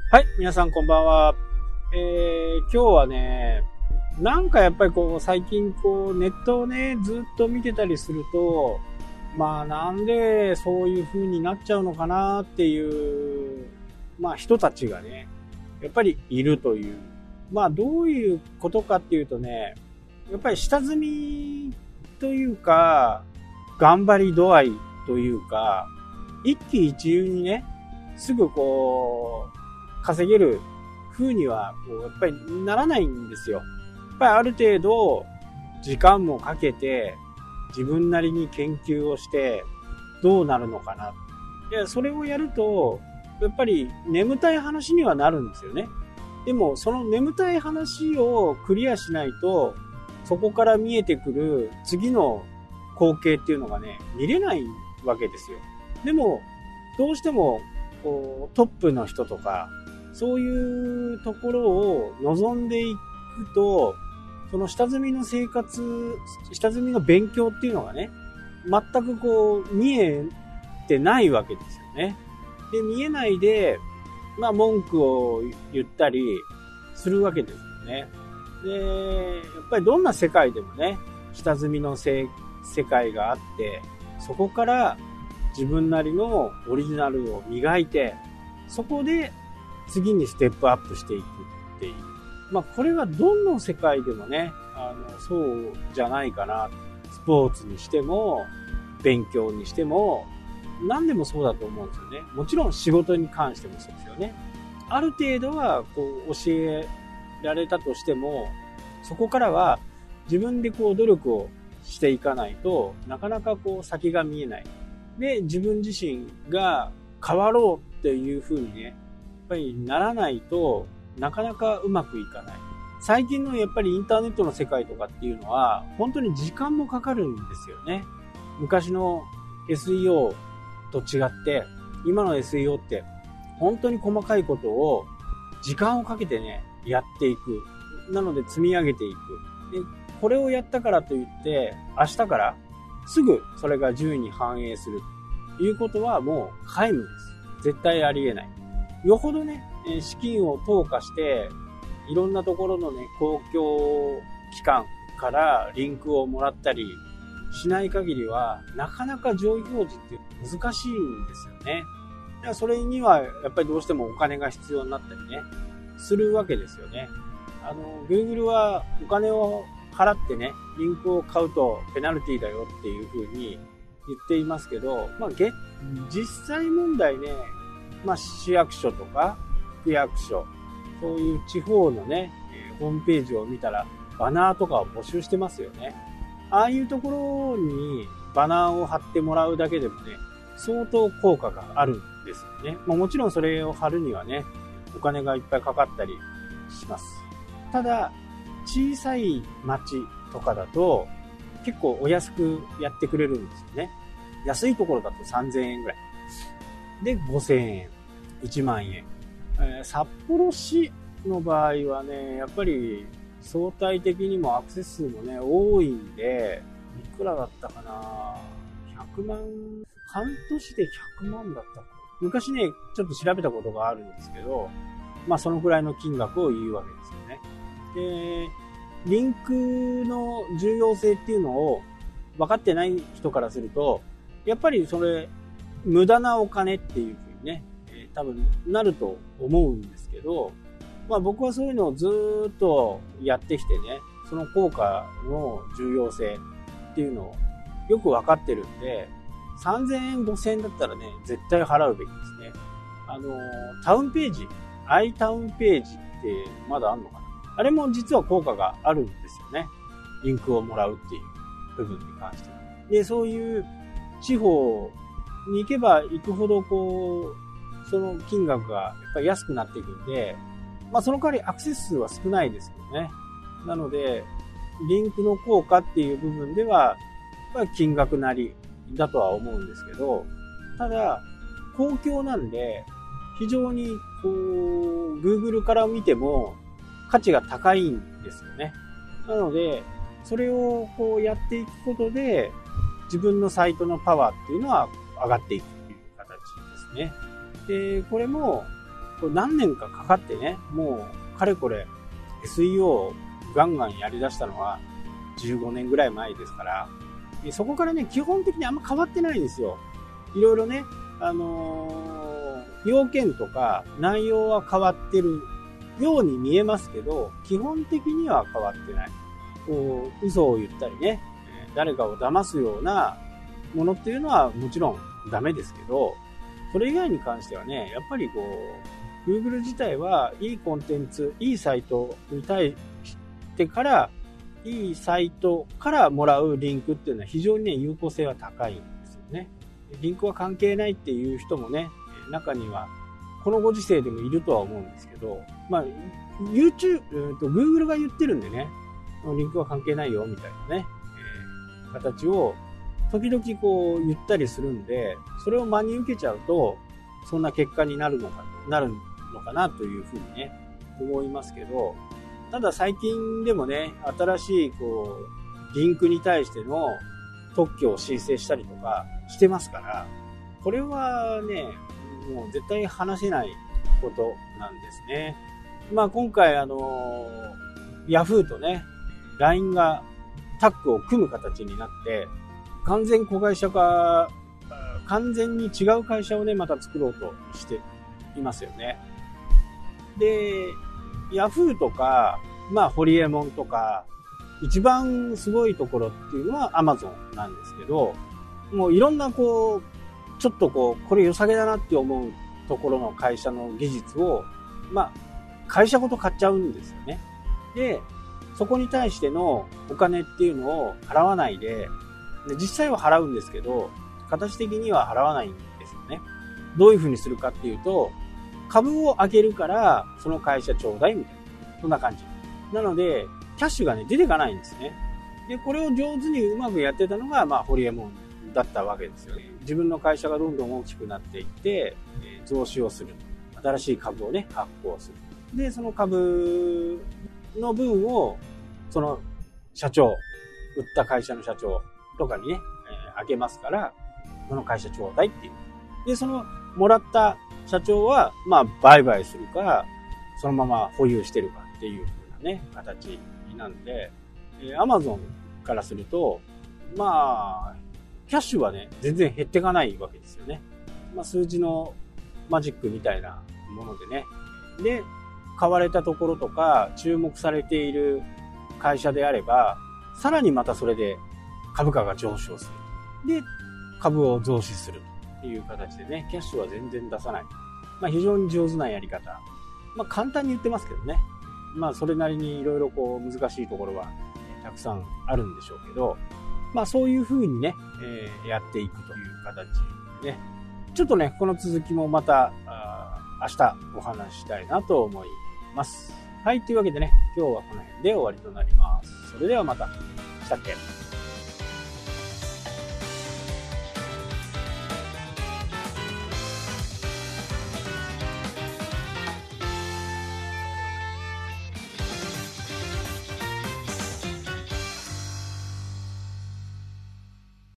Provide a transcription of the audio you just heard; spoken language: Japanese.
はい、皆さんこんばんは。今日はね、なんかやっぱり最近ネットをね、ずっと見てたりすると、なんでそういう風になっちゃうのかなっていう、人たちがね、やっぱりいるという。どういうことかっていうとね、やっぱり下積みというか、頑張り度合いというか、一喜一憂にね、すぐ稼げる風にはやっぱりならないんですよ。やっぱりある程度時間もかけて自分なりに研究をしてどうなるのかな。それをやるとやっぱり眠たい話にはなるんですよね。でもその眠たい話をクリアしないとそこから見えてくる次の光景っていうのがね、見れないわけですよ。でもどうしてもトップの人とかそういうところを望んでいくと、その下積みの生活、下積みの勉強っていうのがね、全く見えてないわけですよね。で、見えないで、文句を言ったりするわけですよね。で、やっぱりどんな世界でもね、下積みの世界があって、そこから自分なりのオリジナルを磨いて、そこで次にステップアップしていくっていう。これはどの世界でもね、そうじゃないかな。スポーツにしても、勉強にしても、何でもそうだと思うんですよね。もちろん仕事に関してもそうですよね。ある程度は教えられたとしても、そこからは自分で努力をしていかないとなかなか先が見えない。で、自分自身が変わろうっていう風にね、やっぱりならないとなかなかうまくいかない。最近のやっぱりインターネットの世界とかっていうのは本当に時間もかかるんですよね。昔の SEO と違って今の SEO って本当に細かいことを時間をかけてね、やっていく。なので積み上げていく。で、これをやったからといって明日からすぐそれが順位に反映するということはもう皆無です。絶対ありえない。よほどね、資金を投下していろんなところのね、公共機関からリンクをもらったりしない限りはなかなか上位表示って難しいんですよね。それにはやっぱりどうしてもお金が必要になったりね、するわけですよね。Google はお金を払ってね、リンクを買うとペナルティだよっていう風に言っていますけど、実際問題ね、市役所とか区役所、そういう地方のね、ホームページを見たらバナーとかを募集してますよね。ああいうところにバナーを貼ってもらうだけでもね、相当効果があるんですよね。もちろんそれを貼るにはね、お金がいっぱいかかったりします。ただ、小さい町とかだと結構お安くやってくれるんですよね。安いところだと3000円ぐらい。で、5000円、1万円。札幌市の場合はね、やっぱり相対的にもアクセス数もね、多いんで、いくらだったかな ?100 万、半年で100万だったか。昔ね、ちょっと調べたことがあるんですけど、そのくらいの金額を言うわけですよね。で、リンクの重要性っていうのを分かってない人からすると、やっぱりそれ、無駄なお金っていうふうにね、多分なると思うんですけど、僕はそういうのをずっとやってきてね、その効果の重要性っていうのをよく分かってるんで、3000円、5000円だったらね、絶対払うべきですね。タウンページ、iTown ページってまだあんのかな？あれも実は効果があるんですよね。リンクをもらうっていう部分に関しては。で、そういう地方に行けば行くほどその金額がやっぱり安くなっていくんで、その代わりアクセス数は少ないですけどね。なので、リンクの効果っていう部分では、やっぱり金額なりだとは思うんですけど、ただ、公共なんで、非常にGoogle から見ても価値が高いんですよね。なので、それをやっていくことで、自分のサイトのパワーっていうのは上がっていくという形ですね。で、これもこれ何年かかかってね、もうかれこれ SEO をガンガンやり出したのは15年ぐらい前ですから、そこからね、基本的にあんま変わってないんですよ。いろいろね、要件とか内容は変わってるように見えますけど、基本的には変わってない。こう、嘘を言ったりね、誰かを騙すようなものっていうのはもちろんダメですけど、それ以外に関してはね、やっぱりこう、Google 自体はいいコンテンツ、いいサイトに対してから、いいサイトからもらうリンクっていうのは非常にね、有効性は高いんですよね。リンクは関係ないっていう人もね、中にはこのご時世でもいるとは思うんですけど、まあ、Google が言ってるんでね、リンクは関係ないよみたいなね、形を時々こう言ったりするんで、それを真に受けちゃうと、そんな結果になるのかなというふうにね、思いますけど、ただ最近でもね、新しいこう、リンクに対しての特許を申請したりとかしてますから、これはね、もう絶対話せないことなんですね。まあ今回Yahoo とね、LINE がタッグを組む形になって、完全子会社化、完全に違う会社をね、また作ろうとしていますよね。で、Yahoo とか、まあホリエモンとか、一番すごいところっていうのは Amazon なんですけど、もういろんなこう、ちょっとこう、これ良さげだなって思うところの会社の技術を、まあ、会社ごと買っちゃうんですよね。で、そこに対してのお金っていうのを払わないで、実際は払うんですけど、形的には払わないんですよね。どういうふうにするかっていうと、株を上げるから、その会社ちょうだいみたいな。そんな感じ。なので、キャッシュがね、出てかないんですね。で、これを上手にうまくやってたのが、まあ、ホリエモンだったわけですよね。自分の会社がどんどん大きくなっていって、増資をする。新しい株をね、発行する。で、その株の分を、その社長、売った会社の社長とかにね、あげますから、その会社ちょうだいっていう。で、その、もらった社長は、まあ、売買するか、そのまま保有してるかっていう風なね、形なんで、Amazon からすると、まあ、キャッシュはね、全然減っていかないわけですよね。まあ、数字のマジックみたいなものでね。で、買われたところとか、注目されている会社であれば、さらにまたそれで株価が上昇する。で、株を増資するという形でね、キャッシュは全然出さない。まあ、非常に上手なやり方。まあ、簡単に言ってますけどね。まあ、それなりにいろいろこう難しいところはたくさんあるんでしょうけど、まあ、そういう風にね、やっていくという形でね。ちょっとね、この続きもまた、明日お話ししたいなと思います。はい、というわけでね、今日はこの辺で終わりとなります。それではまた。したっけ？